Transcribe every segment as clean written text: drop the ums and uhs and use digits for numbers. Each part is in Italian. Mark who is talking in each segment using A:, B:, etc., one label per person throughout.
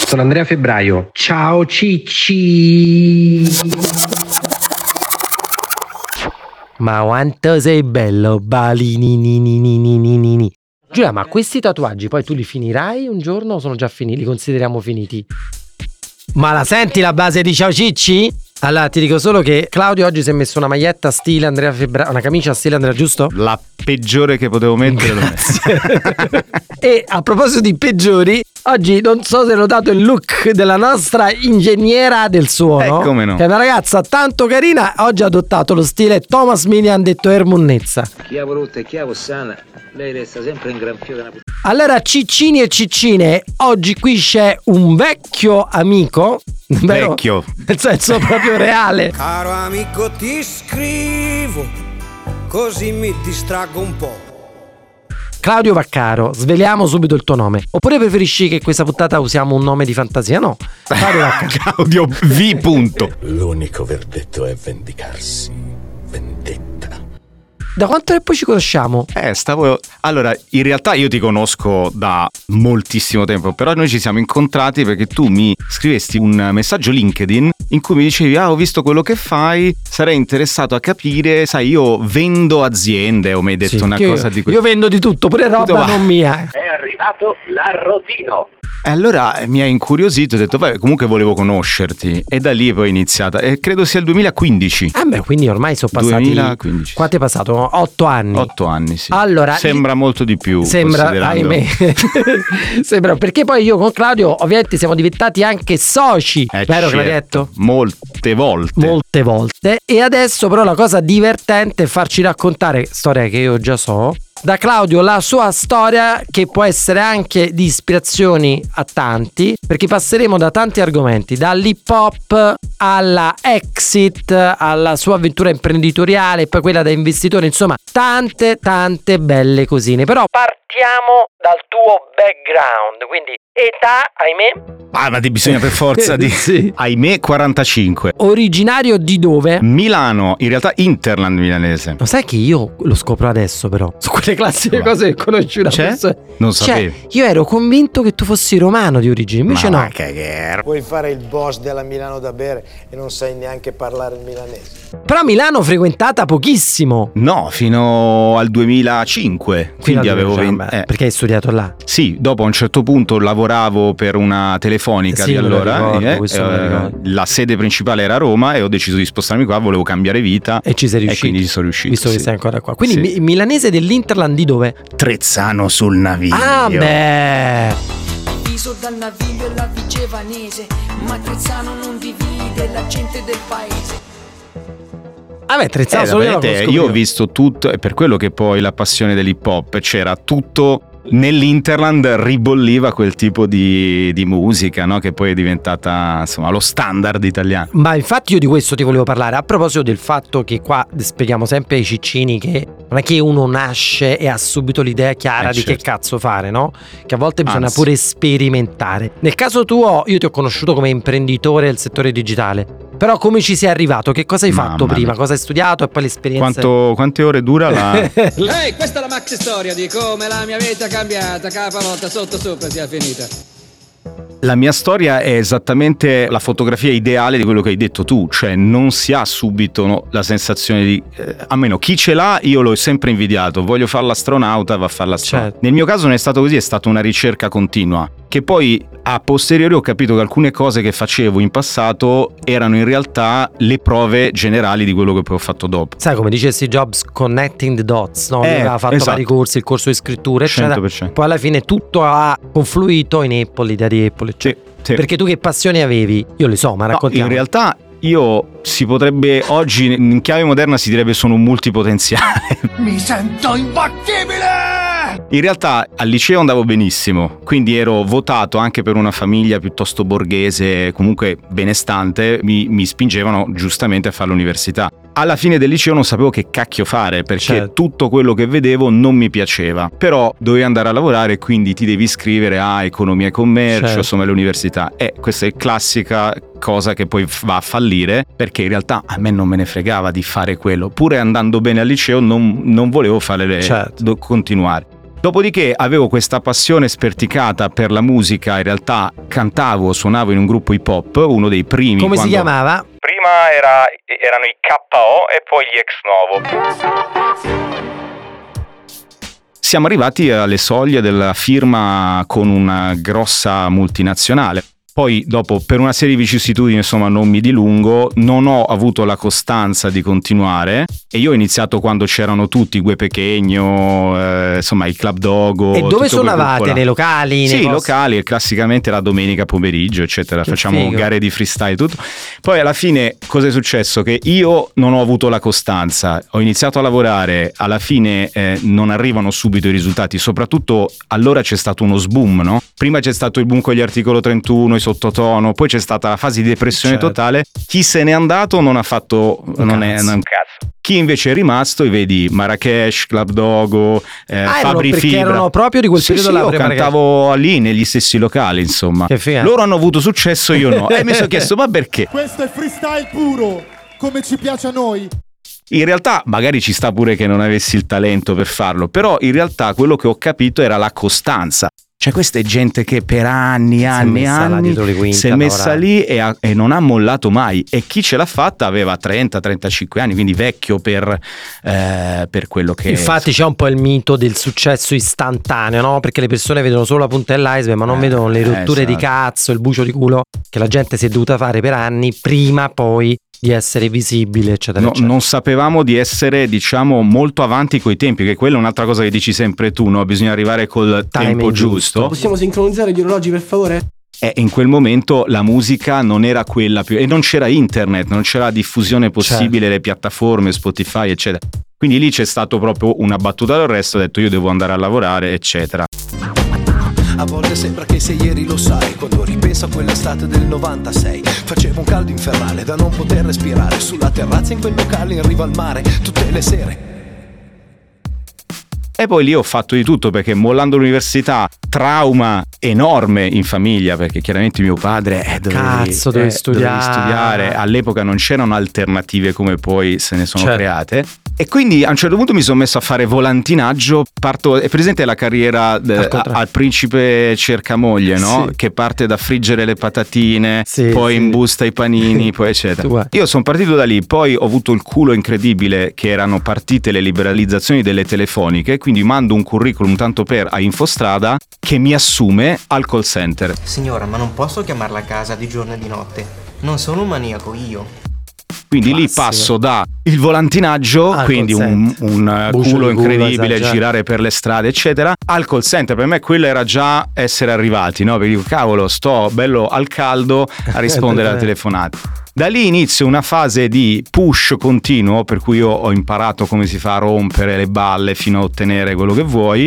A: Sono Andrea Febbraio. Ciao Cicci.
B: Ma quanto sei bello, balini. Giulia, ma questi tatuaggi poi tu li finirai un giorno o sono già finiti? Li consideriamo finiti? Ma la senti la base di Ciao Cicci? Allora ti dico solo che Claudio oggi si è messo una maglietta stile Andrea Febbraio, una camicia stile Andrea, giusto?
C: La peggiore che potevo mettere l'ho messa.
B: E a proposito di peggiori, oggi non so se hai notato il look della nostra ingegnera del suono,
C: come no,
B: che è una ragazza tanto carina. Oggi ha adottato lo stile Thomas Milian detto Ermunnezza.
D: Chi ha voluto e chi ha sana, lei resta sempre in gran fiore.
B: Allora ciccini e ciccine, oggi qui c'è un vecchio amico, vero?
C: Vecchio
B: nel senso proprio reale.
E: Caro amico, ti scrivo, così mi distraggo un po'.
B: Claudio Vaccaro, sveliamo subito il tuo nome. Oppure preferisci che questa puntata usiamo un nome di fantasia? No, Claudio Vaccaro.
C: Claudio V. Punto.
F: L'unico verdetto è vendicarsi. Vendetta.
B: Da quanto tempo ci conosciamo?
C: Allora, in realtà io ti conosco da moltissimo tempo, però noi ci siamo incontrati perché tu mi scrivesti un messaggio LinkedIn in cui mi dicevi: ho visto quello che fai, sarei interessato a capire, sai, io vendo aziende, o mi hai detto
B: Sì,
C: una cosa di questo.
B: Io vendo di tutto, pure roba non mia.
G: È arrivato l'arrotino.
C: E allora mi ha incuriosito, ho detto vabbè, comunque volevo conoscerti, e da lì poi è iniziata, e credo sia il 2015.
B: Quindi ormai sono passati
C: 2015.
B: Quanto è passato? 8 anni.
C: 8 anni, sì.
B: Allora,
C: sembra molto di più.
B: Sembra, ahimè. Sembra, perché poi io con Claudio ovviamente siamo diventati anche soci, vero
C: certo.
B: Clarietto?
C: Molte volte.
B: E adesso però la cosa divertente è farci raccontare, storia che io già so, da Claudio la sua storia, che può essere anche di ispirazioni a tanti, perché passeremo da tanti argomenti, dall'hip hop alla exit, alla sua avventura imprenditoriale, poi quella da investitore, insomma tante belle cosine. Però partiamo dal tuo background, quindi età, ahimè.
C: Ma ti bisogna per forza di
B: Sì.
C: Ahimè 45.
B: Originario di dove?
C: Milano, in realtà Interland milanese.
B: Lo sai che io lo scopro adesso, però su quelle classiche cose che conosci una persona.
C: Non sapevo.
B: Io ero convinto che tu fossi romano di origine, invece no.
E: Puoi fare il boss della Milano da bere e non sai neanche parlare il milanese.
B: Però Milano frequentata pochissimo.
C: No, fino al 2005. Quindi avevo 20.
B: Perché hai studiato là?
C: Sì, dopo a un certo punto lavoravo per una telefonica
B: Sì,
C: di allora.
B: questo me lo ricordo.
C: La sede principale era a Roma e ho deciso di spostarmi qua, volevo cambiare vita.
B: E ci sei riuscito.
C: E quindi ci sono riuscito.
B: Visto che
C: sì.
B: sei ancora qua. Quindi
C: Sì.
B: milanese dell'Interland di dove?
C: Trezzano sul Naviglio.
B: Ah beh.
H: Diviso dal Naviglio e la Vigevanese, ma Trezzano non divide la gente del paese.
B: Vabbè, Trezzano solo
C: io ho visto tutto, e per quello che poi la passione dell'hip hop, c'era tutto. Nell'Interland ribolliva quel tipo di musica, no? Che poi è diventata, insomma, lo standard italiano.
B: Ma infatti io di questo ti volevo parlare, a proposito del fatto che qua spieghiamo sempre ai ciccini che non è che uno nasce e ha subito l'idea chiara di
C: certo.
B: che cazzo fare, no? Che a volte bisogna
C: Anzi.
B: pure sperimentare. Nel caso tuo io ti ho conosciuto come imprenditore del settore digitale, però come ci sei arrivato? Che cosa hai fatto
C: Mamma
B: prima?
C: mia.
B: Cosa hai studiato e poi l'esperienza?
C: Quante ore dura la...
D: Ehi, questa è la maxi storia di come la mia vita è cambiata, capalotta sotto sopra sia finita.
C: La mia storia è esattamente la fotografia ideale di quello che hai detto tu, cioè non si ha subito la sensazione di... almeno chi ce l'ha io l'ho sempre invidiato, voglio fare l'astronauta, va a fare l'astronauta.
B: Certo.
C: Nel mio caso non è stato così, è stata una ricerca continua, che poi a posteriori ho capito che alcune cose che facevo in passato erano in realtà le prove generali di quello che poi ho fatto dopo.
B: Sai, come dice Steve Jobs, connecting the dots, no? Lui aveva fatto
C: esatto.
B: vari corsi, il corso di scrittura, eccetera.
C: 100%.
B: Poi alla fine tutto ha confluito in Apple, l'idea di Apple, eccetera.
C: Sì.
B: Perché tu che passioni avevi? Io le so, ma
C: No,
B: raccontiamo.
C: in realtà io si potrebbe oggi in chiave moderna si direbbe sono un multipotenziale.
E: Mi sento imbattibile!
C: In realtà al liceo andavo benissimo, quindi ero votato anche per una famiglia piuttosto borghese, comunque benestante, mi spingevano giustamente a fare l'università. Alla fine del liceo non sapevo che cacchio fare, perché
B: Certo.
C: tutto quello che vedevo non mi piaceva, però dovevi andare a lavorare, quindi ti devi iscrivere a economia e commercio,
B: Certo.
C: insomma l'università. E questa è classica cosa che poi va a fallire, perché in realtà a me non me ne fregava di fare quello, pure andando bene al liceo non volevo fare
B: Certo.
C: continuare. Dopodiché avevo questa passione sperticata per la musica, in realtà suonavo in un gruppo hip hop, uno dei primi.
B: Come si chiamava?
C: Prima erano i KO e poi gli Ex Novo. Siamo arrivati alle soglie della firma con una grossa multinazionale. Poi dopo, per una serie di vicissitudini, insomma non mi dilungo, non ho avuto la costanza di continuare e io ho iniziato quando c'erano tutti, Gue Pequeno, insomma i Club Dogo.
B: E dove suonavate? Nei locali?
C: Sì, locali, classicamente la domenica pomeriggio, eccetera.
B: Che
C: facciamo
B: figo.
C: gare di freestyle, tutto. Poi alla fine cosa è successo? Che io non ho avuto la costanza, ho iniziato a lavorare, alla fine non arrivano subito i risultati, soprattutto allora c'è stato uno sboom, no? Prima c'è stato il boom con gli articolo 31, i sottotono, poi c'è stata la fase di depressione totale. Chi se n'è andato non ha fatto un cazzo. Chi invece è rimasto, vedi Marrakesh, Club Dogo, Fabri
B: perché
C: Fibra.
B: erano proprio di quel periodo là.
C: Io cantavo lì negli stessi locali, insomma.
B: Che figa.
C: Loro hanno avuto successo, io no. E mi sono chiesto, ma perché?
I: Questo è freestyle puro, come ci piace a noi.
C: In realtà magari ci sta pure che non avessi il talento per farlo, però in realtà quello che ho capito era la costanza. Cioè questa è gente che per anni si è messa lì e non ha mollato mai, e chi ce l'ha fatta aveva 30-35 anni, quindi vecchio per quello che
B: Infatti c'è un po' il mito del successo istantaneo, no? Perché le persone vedono solo la punta dell'iceberg, ma non vedono le rotture di cazzo, il bucio di culo che la gente si è dovuta fare per anni prima poi di essere visibile, eccetera, eccetera.
C: Non sapevamo di essere, diciamo, molto avanti coi tempi, che quella è un'altra cosa che dici sempre tu, no? Bisogna arrivare col tempo giusto.
J: Possiamo sincronizzare gli orologi, per favore?
C: E in quel momento la musica non era quella più, e non c'era internet, non c'era diffusione possibile, le piattaforme, Spotify, eccetera. Quindi lì c'è stato proprio una battuta d'arresto, ho detto io devo andare a lavorare, eccetera.
K: A volte sembra che se ieri lo sai, quando ripenso a quell'estate del 96, faceva un caldo infernale da non poter respirare, sulla terrazza in quel locale in riva al mare, tutte le sere.
C: E poi lì ho fatto di tutto, perché mollando l'università, trauma enorme in famiglia, perché chiaramente mio padre dovevi studiare. All'epoca non c'erano alternative come poi se ne sono create. E quindi a un certo punto mi sono messo a fare volantinaggio. È presente la carriera al principe cercamoglie, no?
B: Sì.
C: Che parte da friggere le patatine, poi imbusta i panini, poi eccetera. Io sono partito da lì, poi ho avuto il culo incredibile che erano partite le liberalizzazioni delle telefoniche, quindi mando un curriculum tanto per a Infostrada che mi assume al call center.
L: Signora, ma non posso chiamarla a casa di giorno e di notte. Non sono un maniaco io.
C: Quindi lì passo da il volantinaggio, quindi un culo incredibile, girare per le strade eccetera, al call center. Per me quello era già essere arrivati, no? Perché dico, cavolo, sto bello al caldo a rispondere alle telefonate. Da lì inizio una fase di push continuo, per cui io ho imparato come si fa a rompere le balle fino a ottenere quello che vuoi.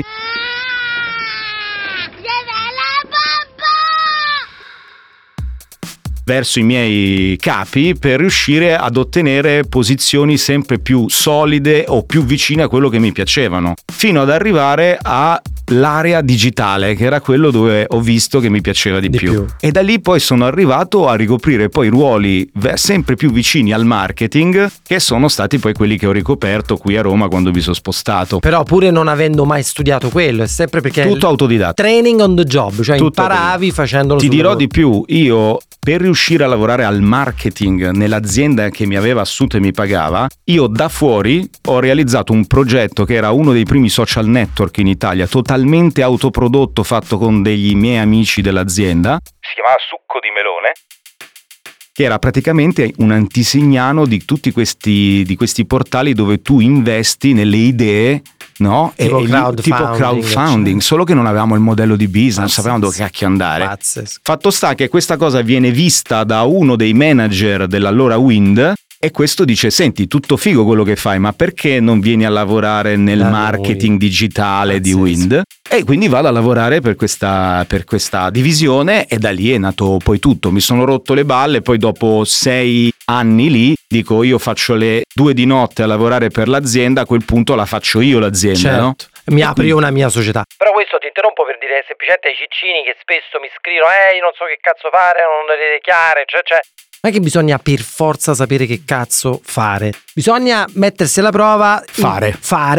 C: Verso i miei capi, per riuscire ad ottenere posizioni sempre più solide o più vicine a quello che mi piacevano, fino ad arrivare all'area digitale, che era quello dove ho visto che mi piaceva di più. E da lì poi sono arrivato a ricoprire poi ruoli sempre più vicini al marketing, che sono stati poi quelli che ho ricoperto qui a Roma quando mi sono spostato.
B: Però pure non avendo mai studiato quello, è sempre perché
C: tutto autodidatta,
B: training on the job, cioè tutto imparavi facendolo.
C: Ti dirò di più, io per riuscire a lavorare al marketing nell'azienda che mi aveva assunto e mi pagava, io da fuori ho realizzato un progetto che era uno dei primi social network in Italia, totalmente autoprodotto, fatto con degli miei amici dell'azienda. Si chiamava Succo di Melone, che era praticamente un antisignano di tutti questi portali dove tu investi nelle idee, no? Tipo crowdfunding, solo che non avevamo il modello di business, non sapevamo dove cacchio andare.
B: Pazzesco.
C: Fatto sta che questa cosa viene vista da uno dei manager dell'allora Wind, e questo dice: senti, tutto figo quello che fai, ma perché non vieni a lavorare nel marketing digitale di Wind? E quindi vado a lavorare per questa divisione, e da lì è nato poi tutto. Mi sono rotto le balle, poi dopo 6 anni lì dico io faccio le 2 di notte a lavorare per l'azienda, a quel punto la faccio io l'azienda, no?
B: Mi apri una mia società.
M: Però questo ti interrompo per dire semplicemente ai ciccini che spesso mi scrivono io non so che cazzo fare, non le idee chiare, cioè
B: non è che bisogna per forza sapere che cazzo fare, bisogna mettersi alla prova, fare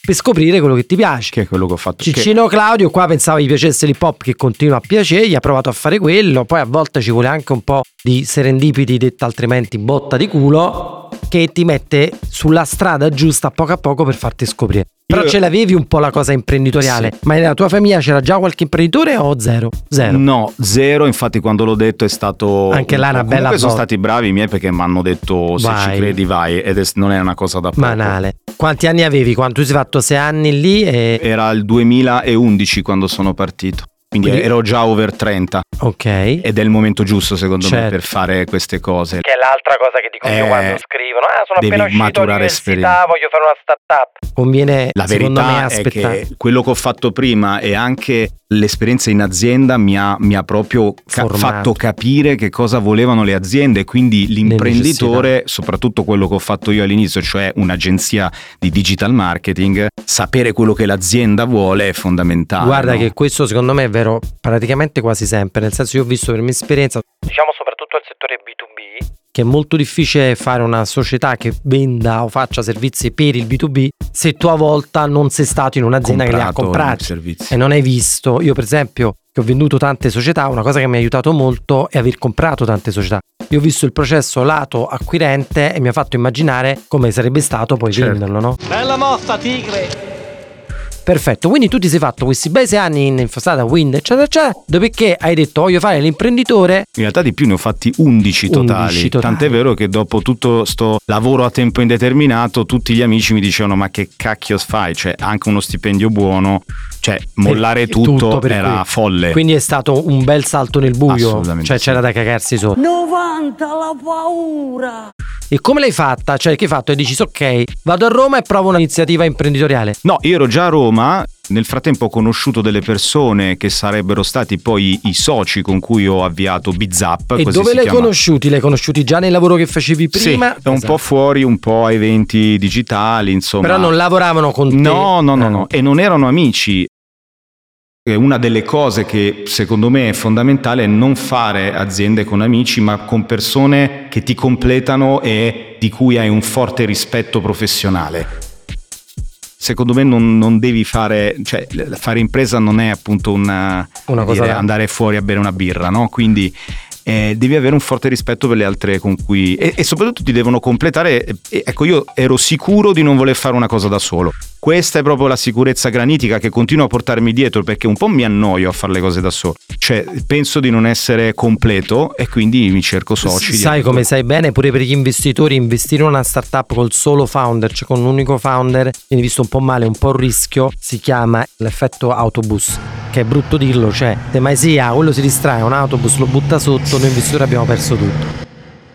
B: per scoprire quello che ti piace.
C: Che è quello che ho fatto.
B: Ciccino Claudio qua pensava gli piacesse l'hip hop, che continua a piacergli, ha provato a fare quello, poi a volte ci vuole anche un po' di serendipiti, detta altrimenti botta di culo, che ti mette sulla strada giusta a poco per farti scoprire. Però ce l'avevi un po' la cosa imprenditoriale, sì. Ma nella tua famiglia c'era già qualche imprenditore o zero?
C: No, zero, infatti quando l'ho detto è stato...
B: Anche là una bella
C: comunque sono stati bravi i miei, perché mi hanno detto se ci credi vai, ed non è una cosa da poco.
B: Banale. Quanti anni avevi? Quando tu sei fatto 6 anni lì?
C: Era il 2011 quando sono partito. Quindi ero già over 30.
B: Ok.
C: Ed è il momento giusto secondo me per fare queste cose.
M: Che è l'altra cosa che dico io quando scrivono. Sono appena uscito dall'università, voglio fare una startup.
B: Conviene,
C: la
B: secondo me,
C: verità
B: aspettare.
C: è che quello che ho fatto prima e anche l'esperienza in azienda mi ha proprio fatto capire che cosa volevano le aziende, quindi l'imprenditore, soprattutto quello che ho fatto io all'inizio, cioè un'agenzia di digital marketing, sapere quello che l'azienda vuole è fondamentale.
B: Guarda che questo secondo me è vero praticamente quasi sempre, nel senso, io ho visto per mia esperienza,
M: diciamo soprattutto nel settore B2B,
B: che è molto difficile fare una società che venda o faccia servizi per il B2B se tu a volta non sei stato in un'azienda che li ha comprati e non hai visto. Io per esempio, che ho venduto tante società, una cosa che mi ha aiutato molto è aver comprato tante società. Io ho visto il processo lato acquirente e mi ha fatto immaginare come sarebbe stato poi venderlo, no?
J: Bella mossa, tigre!
B: Perfetto, quindi tu ti sei fatto questi bei 6 anni in Infostata, Wind, eccetera, eccetera, dopodiché hai detto voglio fare l'imprenditore.
C: In realtà di più, ne ho fatti 11 totali. Tant'è vero che dopo tutto sto lavoro a tempo indeterminato tutti gli amici mi dicevano ma che cacchio fai? Cioè anche uno stipendio buono, cioè mollare tutto era folle.
B: Quindi è stato un bel salto nel buio.
C: Assolutamente
B: cioè
C: sì.
B: c'era da cagarsi sotto.
H: 90 la paura.
B: E come l'hai fatta? Cioè che hai fatto? Hai deciso ok, vado a Roma e provo un'iniziativa imprenditoriale.
C: No, io ero già a Roma. Nel frattempo ho conosciuto delle persone che sarebbero stati poi i soci con cui ho avviato BizUp.
B: E
C: così
B: dove
C: si
B: l'hai
C: chiama.
B: conosciuti? L'hai conosciuti già nel lavoro che facevi prima?
C: Sì, un po' fuori, un po' a eventi digitali, insomma.
B: Però non lavoravano con te?
C: No. E non erano amici. Una delle cose che secondo me è fondamentale è non fare aziende con amici, ma con persone che ti completano e di cui hai un forte rispetto professionale. Secondo me non devi fare, cioè fare impresa non è appunto una cosa andare fuori a bere una birra, no? Quindi devi avere un forte rispetto per le altre con cui e soprattutto ti devono completare. Ecco, io ero sicuro di non voler fare una cosa da solo. Questa è proprio la sicurezza granitica che continuo a portarmi dietro, perché un po' mi annoio a fare le cose da solo. Cioè penso di non essere completo e quindi mi cerco soci.
B: Sai come sai bene, pure per gli investitori, investire in una startup col solo founder, cioè con un unico founder, viene visto un po' male, un po' un rischio. Si chiama l'effetto autobus, che è brutto dirlo, cioè se mai sia quello si distrae, un autobus lo butta sotto, noi investitori abbiamo perso tutto.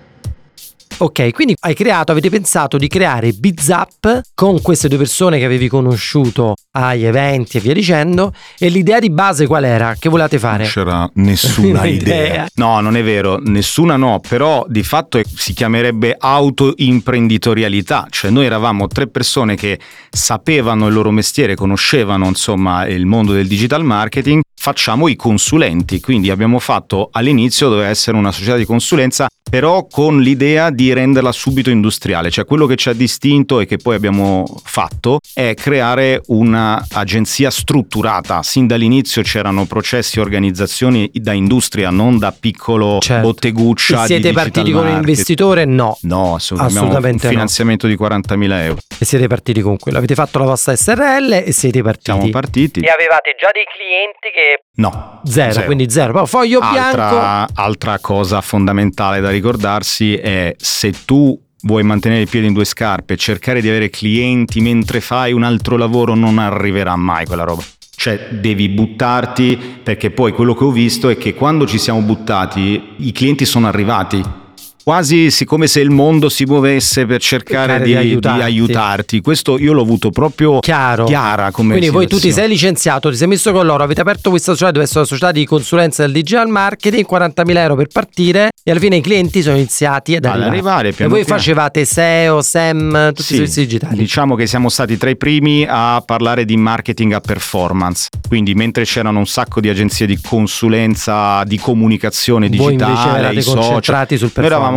B: Ok, quindi avete pensato di creare BizUp con queste due persone che avevi conosciuto agli eventi e via dicendo, e l'idea di base qual era? Che volevate fare?
C: Non c'era nessuna idea. No, non è vero, nessuna no, però di fatto si chiamerebbe autoimprenditorialità, cioè noi eravamo 3 persone che sapevano il loro mestiere, conoscevano insomma il mondo del digital marketing, facciamo i consulenti, quindi abbiamo fatto all'inizio, doveva essere una società di consulenza, però con l'idea di renderla subito industriale, cioè quello che ci ha distinto e che poi abbiamo fatto è creare una agenzia strutturata. Sin dall'inizio c'erano processi e organizzazioni da industria, non da piccolo botteguccia.
B: E siete partiti con un investitore? No, assolutamente
C: un finanziamento di 40.000 euro.
B: E siete partiti con quello, avete fatto la vostra SRL e siete partiti.
C: Siamo partiti.
M: E avevate già dei clienti che...
C: No,
B: zero. Quindi zero. Però foglio bianco.
C: Altra cosa fondamentale da ricordarsi è: se tu vuoi mantenere il piede in 2 scarpe e cercare di avere clienti mentre fai un altro lavoro, non arriverà mai quella roba. Cioè devi buttarti, perché poi quello che ho visto è che quando ci siamo buttati i clienti sono arrivati. Quasi come se il mondo si muovesse per cercare di aiutarti. Questo io l'ho avuto proprio chiara come
B: quindi
C: situazione.
B: Voi tu ti sei licenziato, ti sei messo con loro, avete aperto questa società, deve essere una società di consulenza del digital marketing, 40.000 euro per partire, e alla fine i clienti sono iniziati ad arrivare. E voi facevate SEO, SEM, tutti i servizi digitali.
C: Diciamo che siamo stati tra i primi a parlare di marketing a performance. Quindi mentre c'erano un sacco di agenzie di consulenza, di comunicazione digitale,
B: voi invece eravate concentrati sul performance.
C: Noi eravamo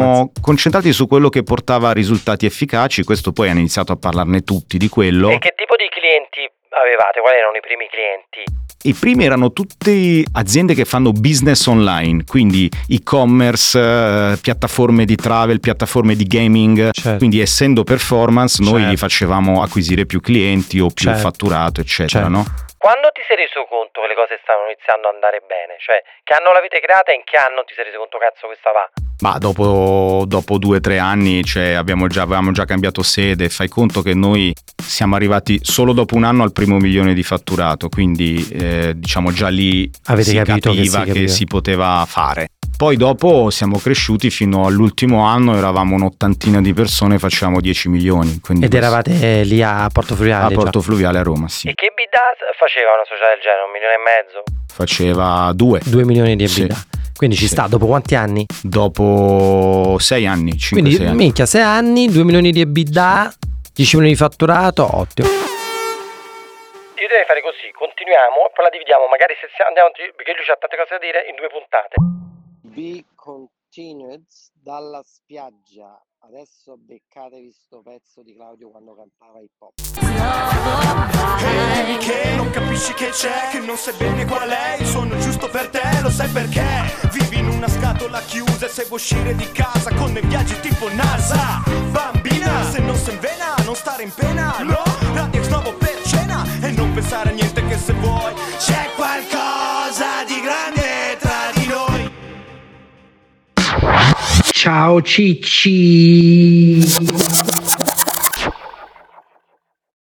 C: siamo concentrati su quello che portava risultati efficaci. Questo poi hanno iniziato a parlarne tutti di quello.
M: E che tipo di clienti avevate? Quali erano i primi clienti?
C: I primi erano tutte aziende che fanno business online, quindi e-commerce, piattaforme di travel, piattaforme di gaming.
B: Certo.
C: Quindi essendo performance noi
B: Certo.
C: gli facevamo acquisire più clienti o più
B: Certo.
C: fatturato, eccetera,
B: Certo.
C: no?
M: Quando ti sei reso conto che le cose stavano iniziando ad andare bene? Cioè, che anno l'avete creata e in che anno ti sei reso conto cazzo questa va?
C: Ma dopo 2 o 3 anni, cioè, avevamo già cambiato sede. Fai conto che noi siamo arrivati solo dopo un anno al primo milione di fatturato, quindi diciamo già lì
B: Avete
C: si
B: capito
C: capiva
B: che
C: che si poteva fare. Poi dopo siamo cresciuti fino all'ultimo anno, eravamo un'ottantina di persone, facevamo 10 milioni. Quindi
B: Ed eravate lì a Porto Fluviale?
C: a Porto Fluviale a Roma, sì.
M: E che EBITDA faceva una società del genere? 1,5 milioni?
C: Faceva 2.
B: 2 milioni di
C: Sì.
B: EBITDA. Quindi ci
C: Sì.
B: sta, dopo quanti anni?
C: Dopo 6 anni, 5-6
B: Quindi
C: anni.
B: minchia, 6 anni, 2 milioni di EBITDA, 10 milioni di fatturato, ottimo.
M: Io direi fare così, continuiamo e poi la dividiamo, magari se andiamo, perché lui c'ha tante cose da dire, in 2 puntate.
N: Be continued dalla spiaggia. Adesso beccatevi sto pezzo di Claudio quando cantava hip hop.
K: Ehi, che non capisci che c'è, che non sai bene qual è il suono giusto per te, lo sai perché? Vivi in una scatola chiusa e se vuoi uscire di casa con dei viaggi tipo NASA. Bambina, se non sei in vena, non stare in pena, no? Radio X nuovo per cena e non pensare a niente che se vuoi c'è qualcosa di grande tra di noi.
A: Ciao Cicci.